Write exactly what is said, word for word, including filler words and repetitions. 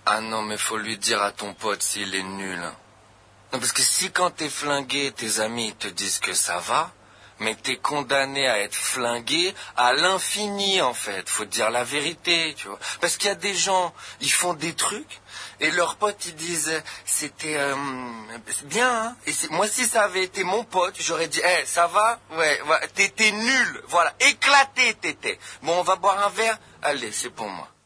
Ah non, mais faut lui dire à ton pote s'il est nul. Non, parce que si quand t'es flingué, tes amis te disent que ça va, mais t'es condamné à être flingué à l'infini, en fait. Faut dire la vérité, tu vois. Parce qu'il y a des gens, ils font des trucs, et leurs potes, ils disent, c'était euh, bien, hein. Et moi, si ça avait été mon pote, j'aurais dit, hé, hey, ça va? Ouais, ouais, t'étais nul. Voilà, éclaté, t'étais. Bon, on va boire un verre? Allez, c'est pour moi.